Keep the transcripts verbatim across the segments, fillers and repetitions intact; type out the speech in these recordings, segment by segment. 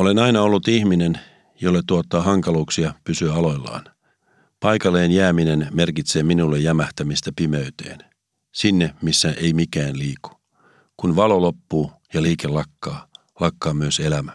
Olen aina ollut ihminen, jolle tuottaa hankaluuksia pysyä aloillaan. Paikalleen jääminen merkitsee minulle jämähtämistä pimeyteen. Sinne, missä ei mikään liiku. Kun valo loppuu ja liike lakkaa, lakkaa myös elämä.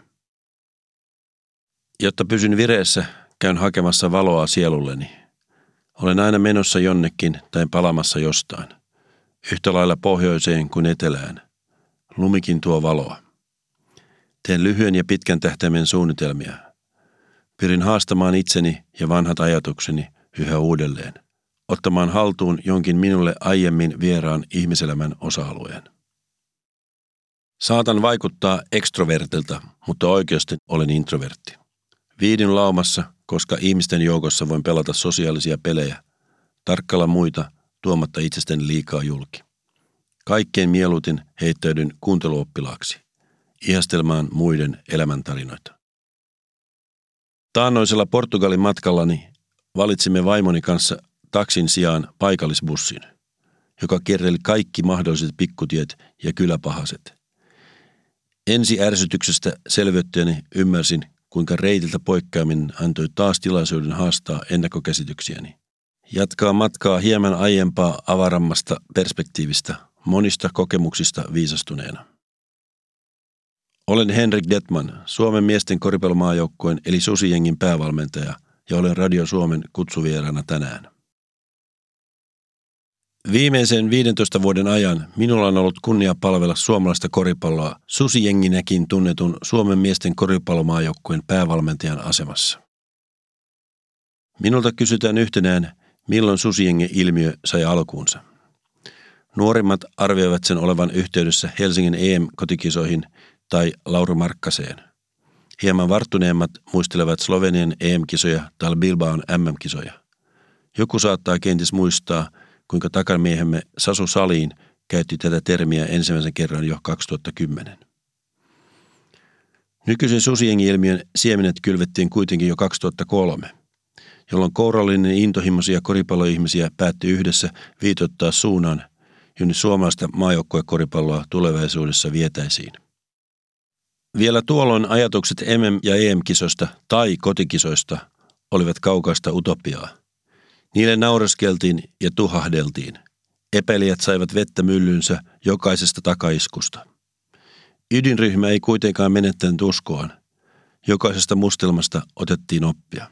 Jotta pysyn vireessä, käyn hakemassa valoa sielulleni. Olen aina menossa jonnekin tai palamassa jostain. Yhtä lailla pohjoiseen kuin etelään. Lumikin tuo valoa. Teen lyhyen ja pitkän tähtäimen suunnitelmia. Pyrin haastamaan itseni ja vanhat ajatukseni yhä uudelleen. Ottamaan haltuun jonkin minulle aiemmin vieraan ihmiselämän osa-alueen. Saatan vaikuttaa ekstrovertilta, mutta oikeasti olen introvertti. Viihdyn laumassa, koska ihmisten joukossa voin pelata sosiaalisia pelejä, tarkkailla muita tuomatta itsestäni liikaa julki. Kaikkein mieluiten heittäydyn kuunteluoppilaaksi, ihastelmaan muiden elämäntarinoita. Taannoisella Portugalin matkallani valitsimme vaimoni kanssa taksin sijaan paikallisbussin, joka kierteli kaikki mahdolliset pikkutiet ja kyläpahaset. Ensi ärsytyksestä selviytyäni ymmärsin, kuinka reitiltä poikkeaminen antoi taas tilaisuuden haastaa ennakkokäsityksiäni. Jatkaa matkaa hieman aiempaa avarammasta perspektiivistä, monista kokemuksista viisastuneena. Olen Henrik Detman, Suomen miesten koripallomaajoukkueen eli Susijengin päävalmentaja ja olen Radio Suomen kutsuvieraana tänään. Viimeisen viidentoista vuoden ajan minulla on ollut kunnia palvella suomalaista koripalloa Susijenginäkin tunnetun Suomen miesten koripallomaajoukkueen päävalmentajan asemassa. Minulta kysytään yhtenään, milloin Susijengin ilmiö sai alkuunsa. Nuorimmat arvioivat sen olevan yhteydessä Helsingin E M-kotikisoihin tai Lauri Markkaseen. Hieman varttuneemmat muistelevat Slovenian E M-kisoja tai Bilbaon M M-kisoja. Joku saattaa kenties muistaa, kuinka takamiehemme Sasu Salin käytti tätä termiä ensimmäisen kerran jo kaksituhattakymmenen. Nykyisen Susijengi-ilmiön siemenet kylvettiin kuitenkin jo kaksituhattakolme, jolloin kourallinen intohimoisia koripalloihmisiä päätti yhdessä viitoittaa suunnan, jonne suomalaista maajoukkuekoripalloa tulevaisuudessa vietäisiin. Vielä tuolloin ajatukset M M- ja E M-kisoista tai kotikisoista olivat kaukaista utopiaa. Niille naureskeltiin ja tuhahdeltiin. Epäilijät saivat vettä myllynsä jokaisesta takaiskusta. Ydinryhmä ei kuitenkaan menettänyt uskoaan. Jokaisesta mustelmasta otettiin oppia.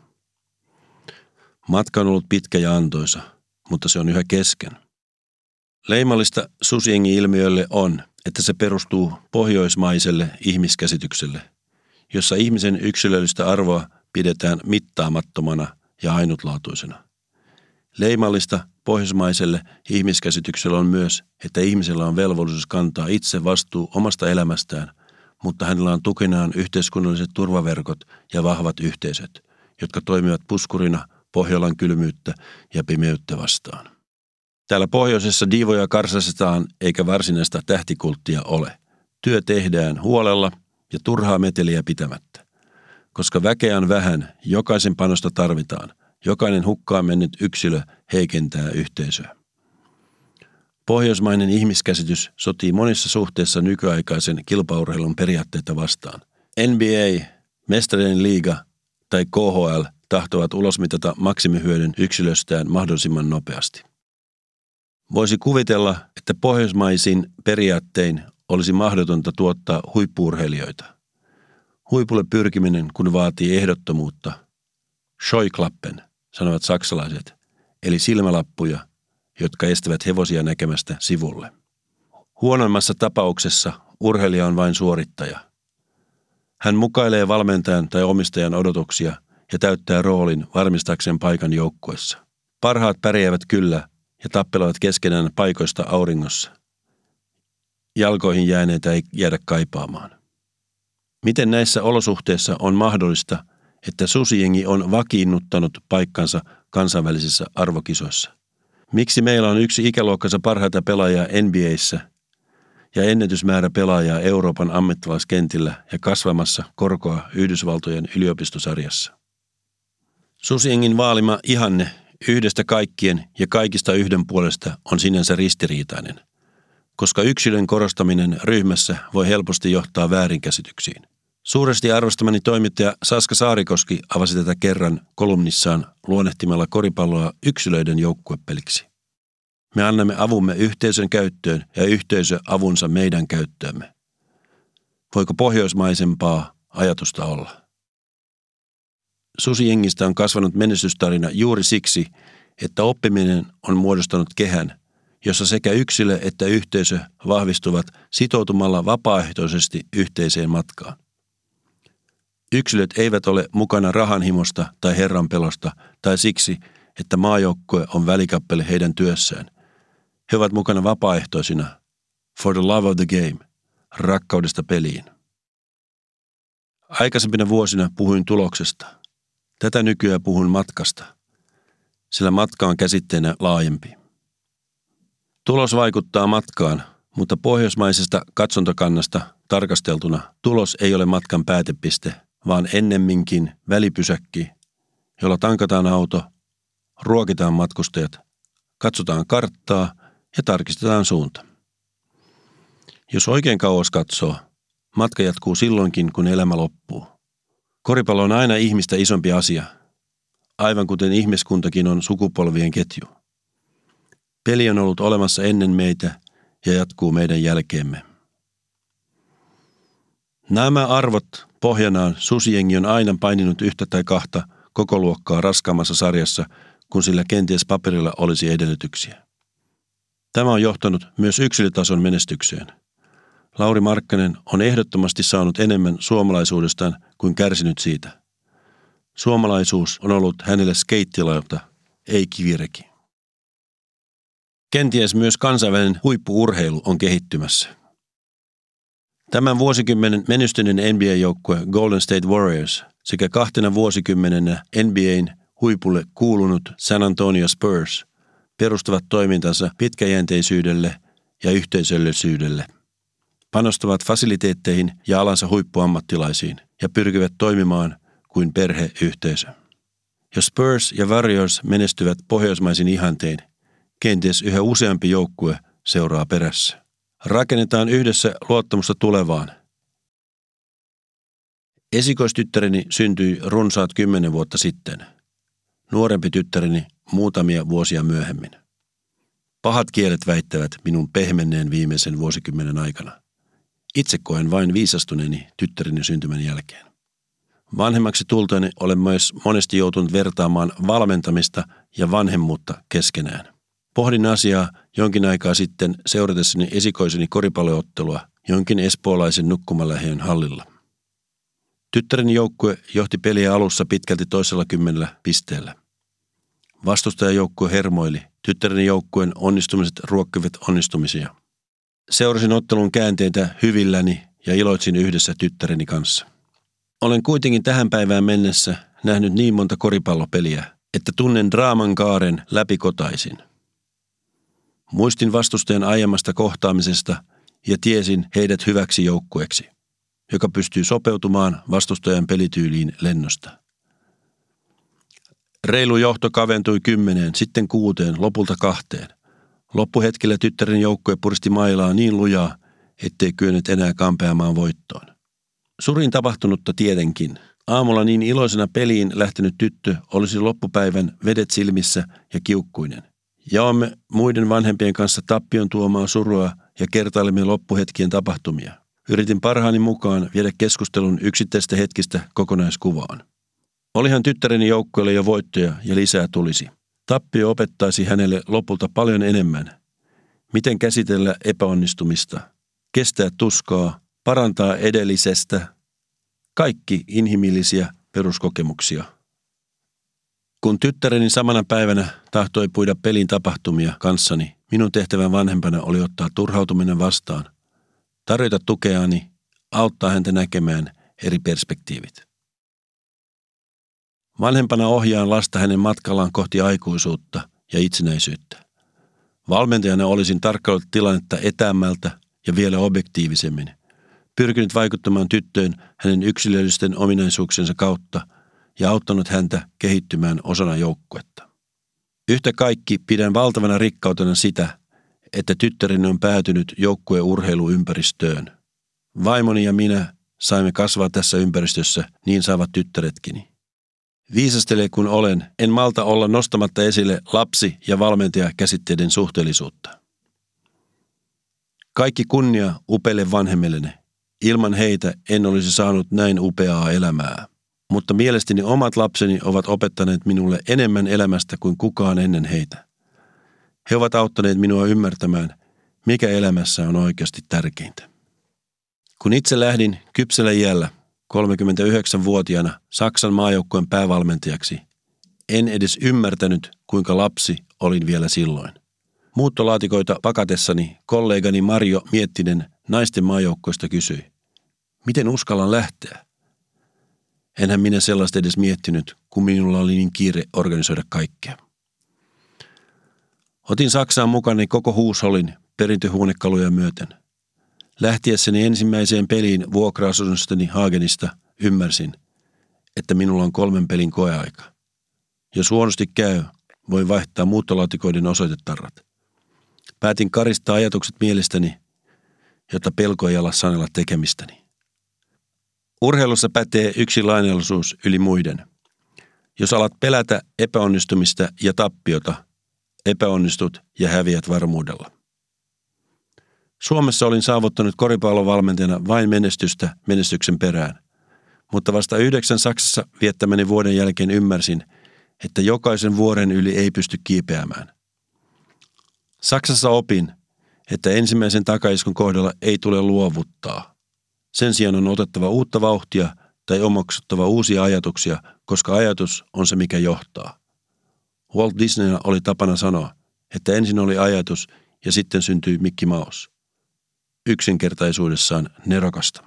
Matka on ollut pitkä ja antoisa, mutta se on yhä kesken. Leimallista Susijengi-ilmiölle on, että se perustuu pohjoismaiselle ihmiskäsitykselle, jossa ihmisen yksilöllistä arvoa pidetään mittaamattomana ja ainutlaatuisena. Leimallista pohjoismaiselle ihmiskäsityksellä on myös, että ihmisellä on velvollisuus kantaa itse vastuu omasta elämästään, mutta hänellä on tukenaan yhteiskunnalliset turvaverkot ja vahvat yhteisöt, jotka toimivat puskurina Pohjolan kylmyyttä ja pimeyttä vastaan. Täällä pohjoisessa diivoja karsastetaan eikä varsinaista tähtikulttia ole. Työ tehdään huolella ja turhaa meteliä pitämättä. Koska väkeä on vähän, jokaisen panosta tarvitaan. Jokainen hukkaan mennyt yksilö heikentää yhteisöä. Pohjoismainen ihmiskäsitys sotii monissa suhteissa nykyaikaisen kilpaurheilun periaatteita vastaan. N B A, Mestarien liiga tai K H L tahtovat ulosmitata maksimihyödyn yksilöstään mahdollisimman nopeasti. Voisi kuvitella, että pohjoismaisin periaattein olisi mahdotonta tuottaa huippu-urheilijoita. Huipulle pyrkiminen kun vaatii ehdottomuutta. Scheuklappen, sanovat saksalaiset, eli silmälappuja, jotka estävät hevosia näkemästä sivulle. Huonoimmassa tapauksessa urheilija on vain suorittaja. Hän mukailee valmentajan tai omistajan odotuksia ja täyttää roolin varmistakseen paikan joukkueessa. Parhaat pärjäävät kyllä ja tappelevat keskenään paikoista auringossa. Jalkoihin jääneitä ei jäädä kaipaamaan. Miten näissä olosuhteissa on mahdollista, että Susijengi on vakiinnuttanut paikkansa kansainvälisissä arvokisoissa? Miksi meillä on yksi ikäluokkansa parhaita pelaajia N B A:ssä ja ennätysmäärä pelaajaa Euroopan ammattilaiskentillä ja kasvamassa korkoa Yhdysvaltojen yliopistosarjassa? Susiengin vaalima ihanne yhdestä kaikkien ja kaikista yhden puolesta on sinänsä ristiriitainen, koska yksilön korostaminen ryhmässä voi helposti johtaa väärinkäsityksiin. Suuresti arvostamani toimittaja Saska Saarikoski avasi tätä kerran kolumnissaan luonnehtimalla koripalloa yksilöiden joukkuepeliksi. Me annamme avumme yhteisön käyttöön ja yhteisö avunsa meidän käyttöömme. Voiko pohjoismaisempaa ajatusta olla? Susijengistä on kasvanut menestystarina juuri siksi, että oppiminen on muodostanut kehän, jossa sekä yksilö että yhteisö vahvistuvat sitoutumalla vapaaehtoisesti yhteiseen matkaan. Yksilöt eivät ole mukana rahanhimosta tai herranpelosta tai siksi, että maajoukkue on välikappale heidän työssään. He ovat mukana vapaaehtoisina, for the love of the game, rakkaudesta peliin. Aikaisempina vuosina puhuin tuloksesta. Tätä nykyään puhun matkasta, sillä matka on käsitteenä laajempi. Tulos vaikuttaa matkaan, mutta pohjoismaisesta katsontokannasta tarkasteltuna tulos ei ole matkan päätepiste, vaan ennemminkin välipysäkki, jolla tankataan auto, ruokitaan matkustajat, katsotaan karttaa ja tarkistetaan suunta. Jos oikein kauas katsoo, matka jatkuu silloinkin, kun elämä loppuu. Koripallo on aina ihmistä isompi asia, aivan kuten ihmiskuntakin on sukupolvien ketju. Peli on ollut olemassa ennen meitä ja jatkuu meidän jälkeemme. Nämä arvot pohjanaan susijengi on aina paininut yhtä tai kahta koko luokkaa raskaammassa sarjassa, kun sillä kenties paperilla olisi edellytyksiä. Tämä on johtanut myös yksilötason menestykseen. Lauri Markkanen on ehdottomasti saanut enemmän suomalaisuudestaan kuin kärsinyt siitä. Suomalaisuus on ollut hänelle skeittilautta, ei kivireki. Kenties myös kansainvälinen huippu-urheilu on kehittymässä. Tämän vuosikymmenen menestyneen N B A-joukkue Golden State Warriors sekä kahtena vuosikymmenenä N B A:n huipulle kuulunut San Antonio Spurs perustavat toimintansa pitkäjänteisyydelle ja yhteisöllisyydelle. Panostavat fasiliteetteihin ja alansa huippuammattilaisiin ja pyrkivät toimimaan kuin perheyhteisö. Jos Spurs ja Warriors menestyvät pohjoismaisin ihantein, kenties yhä useampi joukkue seuraa perässä. Rakennetaan yhdessä luottamusta tulevaan. Esikoistyttäreni syntyi runsaat kymmenen vuotta sitten. Nuorempi tyttäreni muutamia vuosia myöhemmin. Pahat kielet väittävät minun pehmenneen viimeisen vuosikymmenen aikana. Itse koen vain viisastuneeni tyttäreni syntymän jälkeen. Vanhemmaksi tultuani olen myös monesti joutunut vertaamaan valmentamista ja vanhemmuutta keskenään. Pohdin asiaa jonkin aikaa sitten seuratessani esikoiseni koripalloottelua jonkin espoolaisen nukkumaläheen hallilla. Tyttäreni joukkue johti peliä alussa pitkälti toisella kymmenellä pisteellä. Vastustajajoukkue hermoili. Tyttäreni joukkueen onnistumiset ruokkivat onnistumisia. Seurasin ottelun käänteitä hyvilläni ja iloitsin yhdessä tyttäreni kanssa. Olen kuitenkin tähän päivään mennessä nähnyt niin monta koripallopeliä, että tunnen draaman kaaren läpikotaisin. Muistin vastustajan aiemmasta kohtaamisesta ja tiesin heidät hyväksi joukkueeksi, joka pystyy sopeutumaan vastustajan pelityyliin lennosta. Reilu johto kaventui kymmeneen, sitten kuuteen, lopulta kahteen. Loppuhetkellä tyttären joukkue puristi mailaa niin lujaa, ettei kyennyt enää kampeamaan voittoon. Surin tapahtunutta tietenkin. Aamulla niin iloisena peliin lähtenyt tyttö olisi loppupäivän vedet silmissä ja kiukkuinen. Jaomme muiden vanhempien kanssa tappion tuomaa surua ja kertailimme loppuhetkien tapahtumia. Yritin parhaani mukaan viedä keskustelun yksittäistä hetkistä kokonaiskuvaan. Olihan tyttäreni joukkueelle jo voittoja ja lisää tulisi. Tappio opettaisi hänelle lopulta paljon enemmän. Miten käsitellä epäonnistumista, kestää tuskaa, parantaa edellisestä, kaikki inhimillisiä peruskokemuksia. Kun tyttäreni samana päivänä tahtoi puida pelin tapahtumia kanssani, minun tehtävän vanhempana oli ottaa turhautuminen vastaan, tarjota tukeani, auttaa häntä näkemään eri perspektiivit. Vanhempana ohjaan lasta hänen matkallaan kohti aikuisuutta ja itsenäisyyttä. Valmentajana olisin tarkkaillut tilannetta etäämmältä ja vielä objektiivisemmin, pyrkinyt vaikuttamaan tyttöön hänen yksilöllisten ominaisuuksiensa kautta ja auttanut häntä kehittymään osana joukkuetta. Yhtä kaikki pidän valtavana rikkautena sitä, että tyttäreni on päätynyt joukkueurheiluympäristöön. Vaimoni ja minä saimme kasvaa tässä ympäristössä, niin saavat tyttäretkini. Viisastele kun olen, en malta olla nostamatta esille lapsi- ja valmentaja-käsitteiden suhteellisuutta. Kaikki kunnia upeille vanhemmilleni. Ilman heitä en olisi saanut näin upeaa elämää. Mutta mielestäni omat lapseni ovat opettaneet minulle enemmän elämästä kuin kukaan ennen heitä. He ovat auttaneet minua ymmärtämään, mikä elämässä on oikeasti tärkeintä. Kun itse lähdin kypsellä iällä kolmekymmentäyhdeksänvuotiaana Saksan maajoukkueen päävalmentajaksi, en edes ymmärtänyt, kuinka lapsi olin vielä silloin. Muuttolaatikoita pakatessani kollegani Marjo Miettinen naisten maajoukkueesta kysyi, miten uskallan lähteä? Enhän minä sellaista edes miettinyt, kun minulla oli niin kiire organisoida kaikkea. Otin Saksaan mukani koko huusholin perintöhuonekaluja myöten. Lähtiessäni ensimmäiseen peliin vuokra-asunnostani Hagenista ymmärsin, että minulla on kolmen pelin koeaika. Jos huonosti käy, voi vaihtaa muuttolaatikoiden osoitetarrat. Päätin karistaa ajatukset mielestäni, jotta pelko ei ala sanella tekemistäni. Urheilussa pätee yksi lainalaisuus yli muiden. Jos alat pelätä epäonnistumista ja tappiota, epäonnistut ja häviät varmuudella. Suomessa olin saavuttanut koripallovalmentajana vain menestystä menestyksen perään, mutta vasta yhdeksän Saksassa viettämäni vuoden jälkeen ymmärsin, että jokaisen vuoren yli ei pysty kiipeämään. Saksassa opin, että ensimmäisen takaiskun kohdalla ei tule luovuttaa. Sen sijaan on otettava uutta vauhtia tai omaksuttava uusia ajatuksia, koska ajatus on se, mikä johtaa. Walt Disneyllä oli tapana sanoa, että ensin oli ajatus ja sitten syntyi Mickey Mouse. Yksinkertaisuudessaan nerokasta.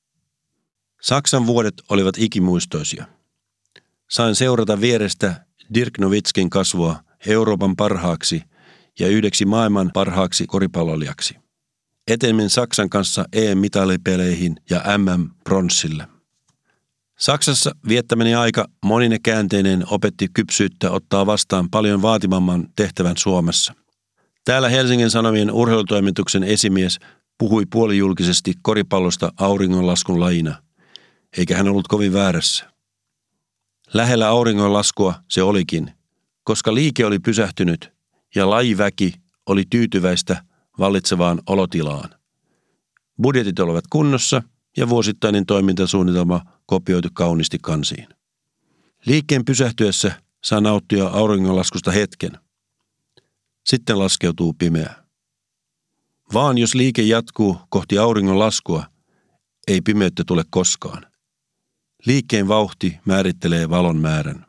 Saksan vuodet olivat ikimuistoisia. Sain seurata vierestä Dirk Nowitzkin kasvua Euroopan parhaaksi ja yhdeksi maailman parhaaksi koripallolijaksi. Etenin Saksan kanssa E M-mitalipeleihin ja M M-pronssille. Saksassa viettämäni aika monine käänteinen opetti kypsyyttä ottaa vastaan paljon vaativamman tehtävän Suomessa. Täällä Helsingin Sanomien urheilutoimituksen esimies puhui puolijulkisesti koripallosta auringonlaskun lajina, eikä hän ollut kovin väärässä. Lähellä auringonlaskua se olikin, koska liike oli pysähtynyt ja lajiväki oli tyytyväistä vallitsevaan olotilaan. Budjetit olivat kunnossa ja vuosittainen toimintasuunnitelma kopioitu kauniisti kansiin. Liikkeen pysähtyessä saa nauttia auringonlaskusta hetken. Sitten laskeutuu pimeä. Vaan jos liike jatkuu kohti auringonlaskua, ei pimeyttä tule koskaan. Liikkeen vauhti määrittelee valon määrän.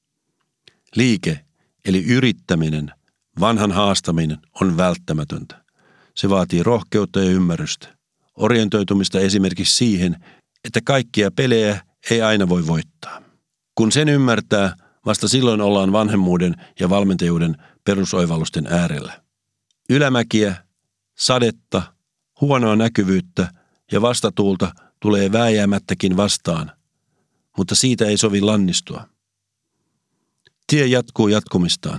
Liike, eli yrittäminen, vanhan haastaminen, on välttämätöntä. Se vaatii rohkeutta ja ymmärrystä. Orientoitumista esimerkiksi siihen, että kaikkia pelejä ei aina voi voittaa. Kun sen ymmärtää, vasta silloin ollaan vanhemmuuden ja valmentajuuden perusoivallusten äärellä. Ylämäkiä, sadetta, huonoa näkyvyyttä ja vastatuulta tulee vääjäämättäkin vastaan, mutta siitä ei sovi lannistua. Tie jatkuu jatkumistaan.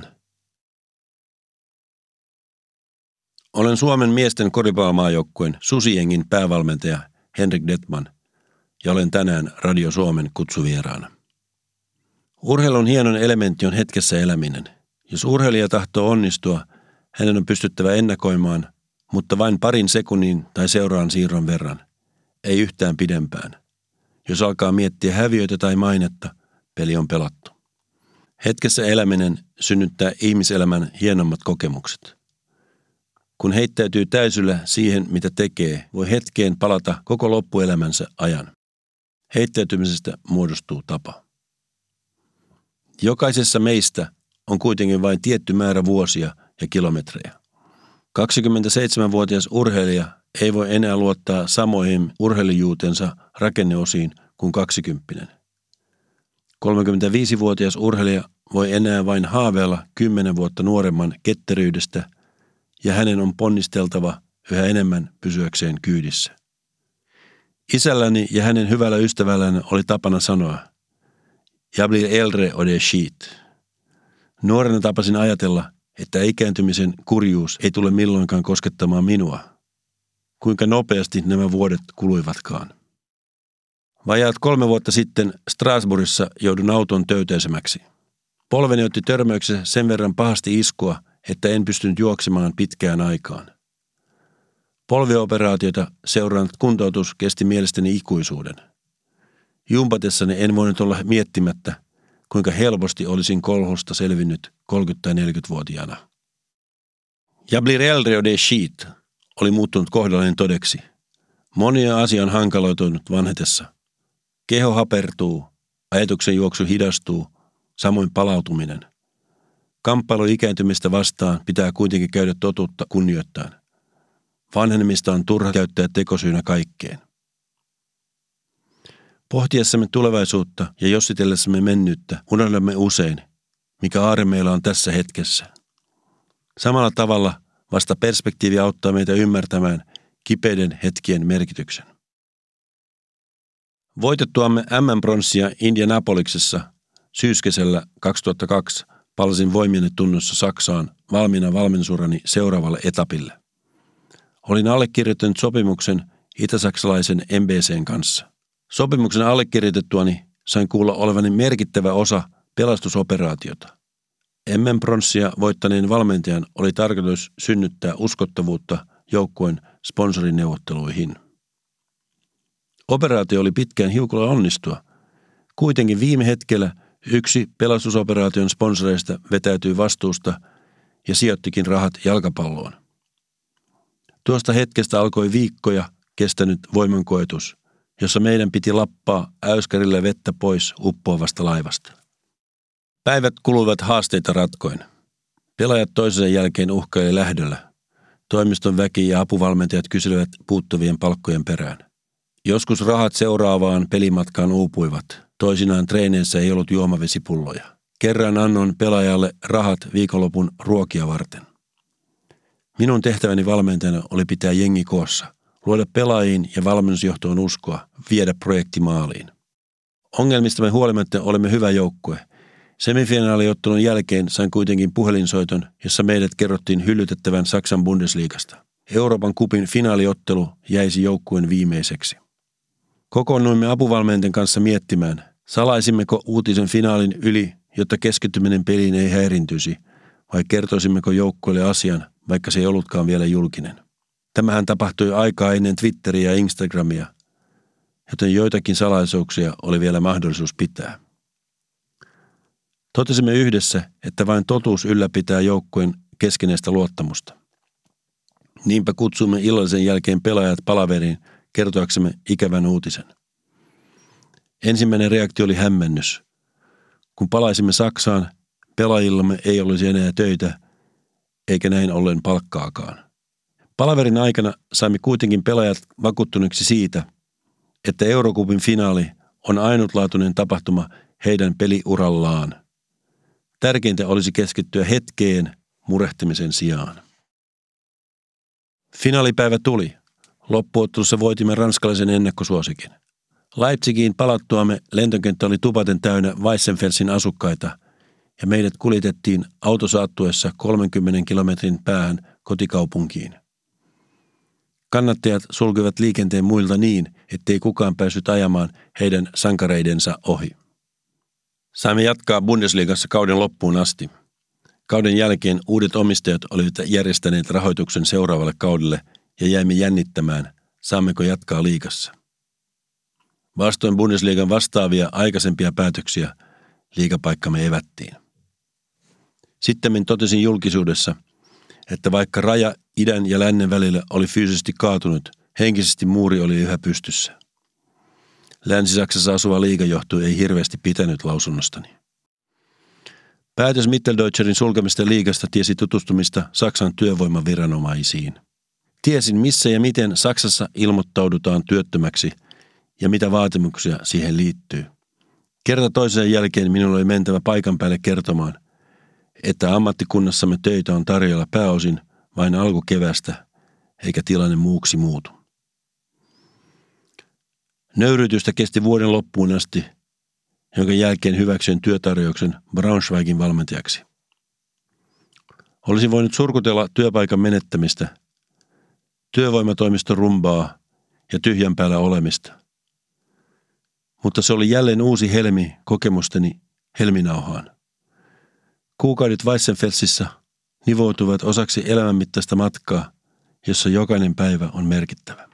Olen Suomen miesten koripallomaajoukkueen Susiengin päävalmentaja Henrik Detman ja olen tänään Radio Suomen kutsuvieraana. Urheilun hienon elementti on hetkessä eläminen. Jos urheilija tahtoo onnistua, hänen on pystyttävä ennakoimaan, mutta vain parin sekunnin tai seuraan siirron verran. Ei yhtään pidempään. Jos alkaa miettiä häviöitä tai mainetta, peli on pelattu. Hetkessä eläminen synnyttää ihmiselämän hienommat kokemukset. Kun heittäytyy täysillä siihen, mitä tekee, voi hetkeen palata koko loppuelämänsä ajan. Heittäytymisestä muodostuu tapa. Jokaisessa meistä on kuitenkin vain tietty määrä vuosia ja kilometrejä. kaksikymmentäseitsemänvuotias urheilija ei voi enää luottaa samoihin urheilijuutensa rakenneosiin kuin kaksikymppinen. kolmekymmentäviisivuotias urheilija voi enää vain haaveilla kymmenen vuotta nuoremman ketteryydestä ja hänen on ponnisteltava yhä enemmän pysyäkseen kyydissä. Isälläni ja hänen hyvällä ystävälläni oli tapana sanoa, jag blir äldre och det är skit. Nuorena tapasin ajatella, että ikääntymisen kurjuus ei tule milloinkaan koskettamaan minua. Kuinka nopeasti nämä vuodet kuluivatkaan. Vajaat kolme vuotta sitten Strasbourgissa joudun auton töyteisemäksi. Polveni otti törmäyksessä sen verran pahasti iskua, että en pystynyt juoksemaan pitkään aikaan. Polvioperaatiota seurannut kuntoutus kesti mielestäni ikuisuuden. Jumpatessani en voinut olla miettimättä, kuinka helposti olisin kolhosta selvinnyt kolmekymmentä- tai neljäkymmentävuotiaana. Ja blir äldre och det är skit oli muuttunut kohdalleni todeksi. Monia asia on hankaloitunut vanhetessa. Keho hapertuu, ajatuksen juoksu hidastuu, samoin palautuminen. Kamppailu ikääntymistä vastaan pitää kuitenkin käydä totuutta kunnioittaen. Vanhenemista on turha käyttää tekosyynä kaikkeen. Pohtiessamme tulevaisuutta ja jossitellessamme mennyttä unohdamme usein, mikä aare meillä on tässä hetkessä. Samalla tavalla vasta perspektiivi auttaa meitä ymmärtämään kipeiden hetkien merkityksen. Voitettuamme äm äm-pronssia Indianapoliksessa syyskesällä kaksituhattakaksi palasin voimieni tunnossa Saksaan valmiina valmennusurani seuraavalle etapille. Olin allekirjoittanut sopimuksen itä-saksalaisen M B C:n kanssa. Sopimuksen allekirjoitettuani sain kuulla olevani merkittävä osa pelastusoperaatiota. äm äm-pronssia voittaneen valmentajan oli tarkoitus synnyttää uskottavuutta joukkueen sponsorineuvotteluihin. Operaatio oli pitkään hiukolla onnistua. Kuitenkin viime hetkellä yksi pelastusoperaation sponsoreista vetäytyi vastuusta ja sijoittikin rahat jalkapalloon. Tuosta hetkestä alkoi viikkoja kestänyt voimankoetus, jossa meidän piti lappaa äyskärillä vettä pois uppoavasta laivasta. Päivät kuluivat haasteita ratkoin. Pelaajat toisensa jälkeen uhkaili lähdöllä. Toimiston väki ja apuvalmentajat kyselivät puuttuvien palkkojen perään. Joskus rahat seuraavaan pelimatkaan uupuivat. Toisinaan treeneissä ei ollut juomavesipulloja. Kerran annoin pelaajalle rahat viikonlopun ruokia varten. Minun tehtäväni valmentajana oli pitää jengi koossa, luoda pelaajiin ja valmennusjohtoon uskoa, viedä projekti maaliin. Ongelmistamme huolimatta olemme hyvä joukkue. Semifinaaliottelun jälkeen sain kuitenkin puhelinsoiton, jossa meidät kerrottiin hyllytettävän Saksan Bundesliigasta. Euroopan kupin finaaliottelu jäisi joukkueen viimeiseksi. Kokoonnuimme apuvalmentajan kanssa miettimään, salaisimmeko uutisen finaalin yli, jotta keskittyminen peliin ei häirintyisi, vai kertoisimmeko joukkueelle asian, vaikka se ei ollutkaan vielä julkinen. Tämähän tapahtui aikaa ennen Twitteriä ja Instagramia, joten joitakin salaisuuksia oli vielä mahdollisuus pitää. Totesimme yhdessä, että vain totuus ylläpitää joukkueen keskinäistä luottamusta. Niinpä kutsuimme illallisen jälkeen pelaajat palaveriin kertoaksemme ikävän uutisen. Ensimmäinen reaktio oli hämmennys. Kun palaisimme Saksaan, pelaajillamme ei olisi enää töitä, eikä näin ollen palkkaakaan. Palaverin aikana saimme kuitenkin pelaajat vakuuttuneeksi siitä, että Eurocupin finaali on ainutlaatuinen tapahtuma heidän peliurallaan. Tärkeintä olisi keskittyä hetkeen murehtimisen sijaan. Finaalipäivä tuli. Loppuottelussa voitimme ranskalaisen ennakkosuosikin. Leipzigiin palattuamme lentokenttä oli tupaten täynnä Weissenfelsin asukkaita ja meidät kuljetettiin autosaattuessa kolmenkymmenen kilometrin päähän kotikaupunkiin. Kannattajat sulkivat liikenteen muilta niin, ettei kukaan päässyt ajamaan heidän sankareidensa ohi. Saimme jatkaa Bundesliigassa kauden loppuun asti. Kauden jälkeen uudet omistajat olivat järjestäneet rahoituksen seuraavalle kaudelle ja jäimme jännittämään, saammeko jatkaa liigassa. Vastoin Bundesliigan vastaavia aikaisempia päätöksiä liigapaikkamme evättiin. Sittemmin totesin julkisuudessa, että vaikka raja idän ja lännen välillä oli fyysisesti kaatunut, henkisesti muuri oli yhä pystyssä. Länsi-Saksassa asuva liigajohto ei hirveästi pitänyt lausunnostani. Päätös Mitteldeutscherin sulkemista liigasta tiesi tutustumista Saksan työvoimaviranomaisiin. Tiesin, missä ja miten Saksassa ilmoittaudutaan työttömäksi ja mitä vaatimuksia siihen liittyy. Kerta toisen jälkeen minulla oli mentävä paikan päälle kertomaan, että ammattikunnassamme töitä on tarjolla pääosin vain alkukevästä, eikä tilanne muuksi muutu. Nöyrytystä kesti vuoden loppuun asti, jonka jälkeen hyväksyin työtarjouksen Braunschweigin valmentajaksi. Olisin voinut surkutella työpaikan menettämistä, työvoimatoimiston rumbaa ja tyhjän päällä olemista. Mutta se oli jälleen uusi helmi kokemusteni helminauhaan. Kuukaudet Weissenfelsissä nivoutuvat osaksi elämänmittaista matkaa, jossa jokainen päivä on merkittävä.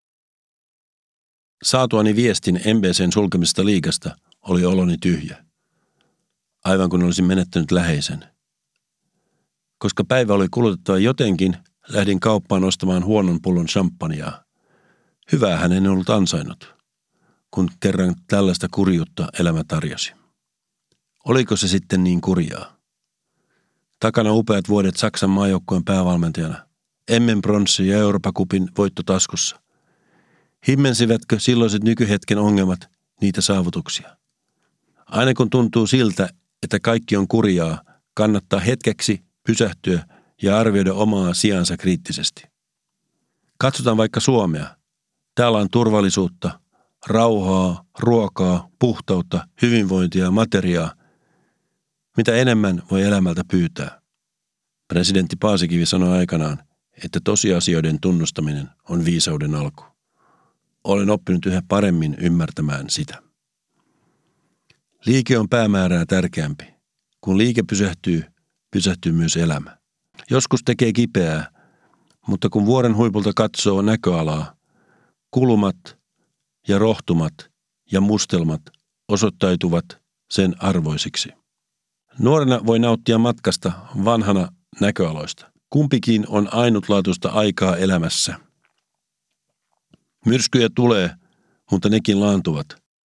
Saatuani viestin M B C:n sulkemisesta liigasta oli oloni tyhjä, aivan kun olisin menettänyt läheisen. Koska päivä oli kulutettava jotenkin, lähdin kauppaan ostamaan huonon pullon champagnea. Hyvää hän en ollut ansainnut, kun kerran tällaista kurjuutta elämä tarjosi. Oliko se sitten niin kurjaa? Takana upeat vuodet Saksan maajoukkueen päävalmentajana, Emmen pronssi ja Euroopan kupin voitto taskussa. Himmensivätkö silloiset nykyhetken ongelmat niitä saavutuksia? Aina kun tuntuu siltä, että kaikki on kurjaa, kannattaa hetkeksi pysähtyä ja arvioida omaa sijansa kriittisesti. Katsotaan vaikka Suomea. Täällä on turvallisuutta, rauhaa, ruokaa, puhtautta, hyvinvointia, materiaa. Mitä enemmän voi elämältä pyytää? Presidentti Paasikivi sanoi aikanaan, että tosiasioiden tunnustaminen on viisauden alku. Olen oppinut yhä paremmin ymmärtämään sitä. Liike on päämäärää tärkeämpi. Kun liike pysähtyy, pysähtyy myös elämä. Joskus tekee kipeää, mutta kun vuoren huipulta katsoo näköalaa, kulmat ja rohtumat ja mustelmat osoittautuvat sen arvoisiksi. Nuorena voi nauttia matkasta vanhana näköaloista. Kumpikin on ainutlaatuista aikaa elämässä. Myrskyjä tulee, mutta nekin laantuvat.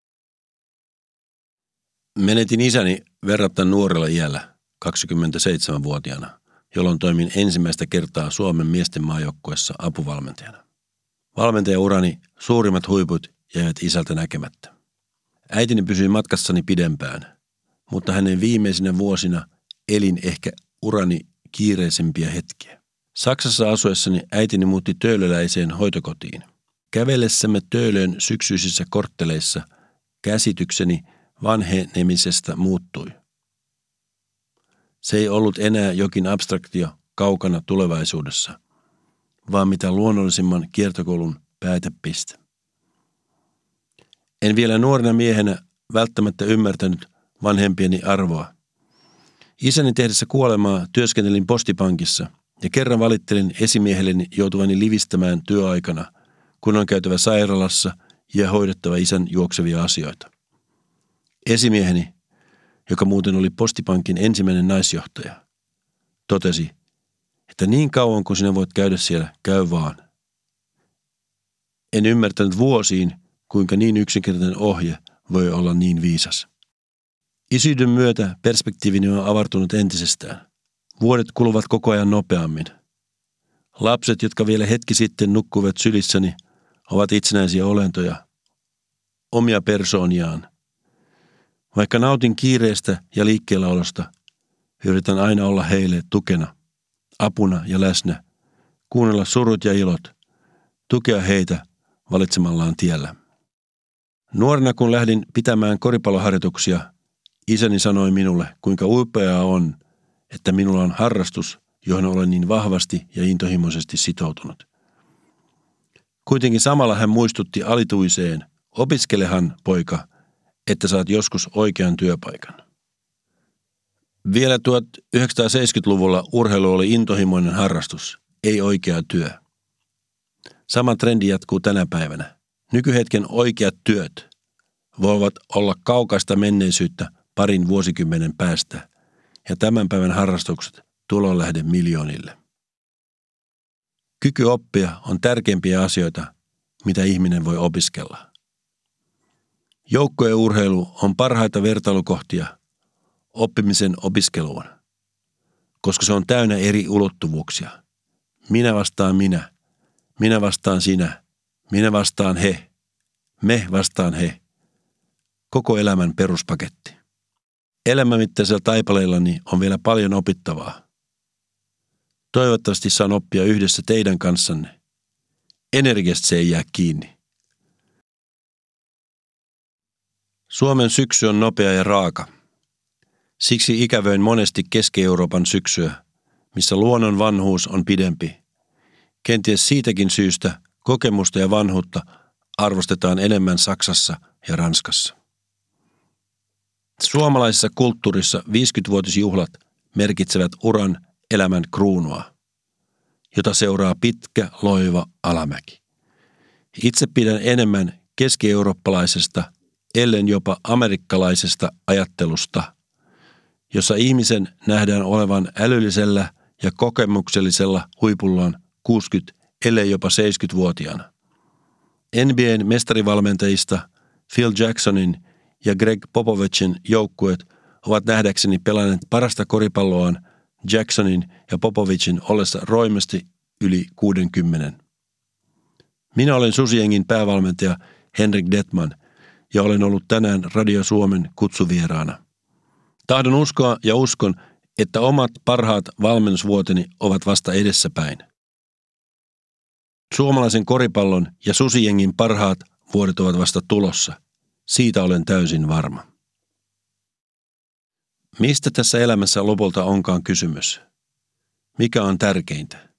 Menetin isäni verrattain nuorella iällä, kaksikymmentäseitsemänvuotiaana, jolloin toimin ensimmäistä kertaa Suomen miesten maajoukkueessa apuvalmentajana. Valmentajaurani suurimmat huiput jäivät isältä näkemättä. Äitini pysyi matkassani pidempään, mutta hänen viimeisinä vuosina elin ehkä urani kiireisempiä hetkiä. Saksassa asuessani äitini muutti töölöläiseen hoitokotiin. Kävellessämme Töölön syksyisissä kortteleissa käsitykseni vanhenemisesta muuttui. Se ei ollut enää jokin abstraktio kaukana tulevaisuudessa, vaan mitä luonnollisimman kiertokoulun päätepiste. En vielä nuorena miehenä välttämättä ymmärtänyt vanhempieni arvoa. Isäni tehdessä kuolemaa työskentelin postipankissa ja kerran valittelin esimiehelleni joutuvani livistämään työaikana, kun on käytävä sairaalassa ja hoidettava isän juoksevia asioita. Esimieheni, joka muuten oli postipankin ensimmäinen naisjohtaja, totesi, että niin kauan kuin sinä voit käydä siellä, käy vaan. En ymmärtänyt vuosiin, kuinka niin yksinkertainen ohje voi olla niin viisas. Isyyden myötä perspektiivini on avartunut entisestään. Vuodet kuluvat koko ajan nopeammin. Lapset, jotka vielä hetki sitten nukkuvat sylissäni, ovat itsenäisiä olentoja, omia persooniaan. Vaikka nautin kiireestä ja liikkeelläolosta, yritän aina olla heille tukena, apuna ja läsnä, kuunnella surut ja ilot, tukea heitä valitsemallaan tiellä. Nuorena kun lähdin pitämään koripalloharjoituksia, isäni sanoi minulle, kuinka upeaa on, että minulla on harrastus, johon olen niin vahvasti ja intohimoisesti sitoutunut. Kuitenkin samalla hän muistutti alituiseen, opiskelehan poika, että saat joskus oikean työpaikan. Vielä tuhatyhdeksänsataaseitsemänkymmentäluvulla urheilu oli intohimoinen harrastus, ei oikea työ. Sama trendi jatkuu tänä päivänä. Nykyhetken oikeat työt voivat olla kaukaista menneisyyttä parin vuosikymmenen päästä ja tämän päivän harrastukset tulonlähde miljoonille. Kyky oppia on tärkeimpiä asioita, mitä ihminen voi opiskella. Joukkueurheilu on parhaita vertailukohtia oppimisen opiskeluun, koska se on täynnä eri ulottuvuuksia. Minä vastaan minä, minä vastaan sinä, minä vastaan he, me vastaan he. Koko elämän peruspaketti. Elämänmittaisella taipaleellani on vielä paljon opittavaa. Toivottavasti saan oppia yhdessä teidän kanssanne. Energiasta se ei jää kiinni. Suomen syksy on nopea ja raaka. Siksi ikävöin monesti Keski-Euroopan syksyä, missä luonnon vanhuus on pidempi. Kenties siitäkin syystä kokemusta ja vanhuutta arvostetaan enemmän Saksassa ja Ranskassa. Suomalaisessa kulttuurissa viisikymmenvuotisjuhlat merkitsevät uran elämän kruunua, jota seuraa pitkä, loiva alamäki. Itse pidän enemmän keski-eurooppalaisesta, ellen jopa amerikkalaisesta ajattelusta, jossa ihmisen nähdään olevan älyllisellä ja kokemuksellisella huipullaan kuusikymmentä, ellei jopa seitsemänkymmentävuotiaana. N B A:n mestarivalmentajista Phil Jacksonin ja Greg Popovichin joukkueet ovat nähdäkseni pelanneet parasta koripalloaan Jacksonin ja Popovichin ollessa roimasti yli kuudenkymmenen. Minä olen Susiengin päävalmentaja Henrik Detman ja olen ollut tänään Radio Suomen kutsuvieraana. Tahdon uskoa ja uskon, että omat parhaat valmennusvuoteni ovat vasta edessäpäin. Suomalaisen koripallon ja Susiengin parhaat vuodet ovat vasta tulossa. Siitä olen täysin varma. Mistä tässä elämässä lopulta onkaan kysymys? Mikä on tärkeintä?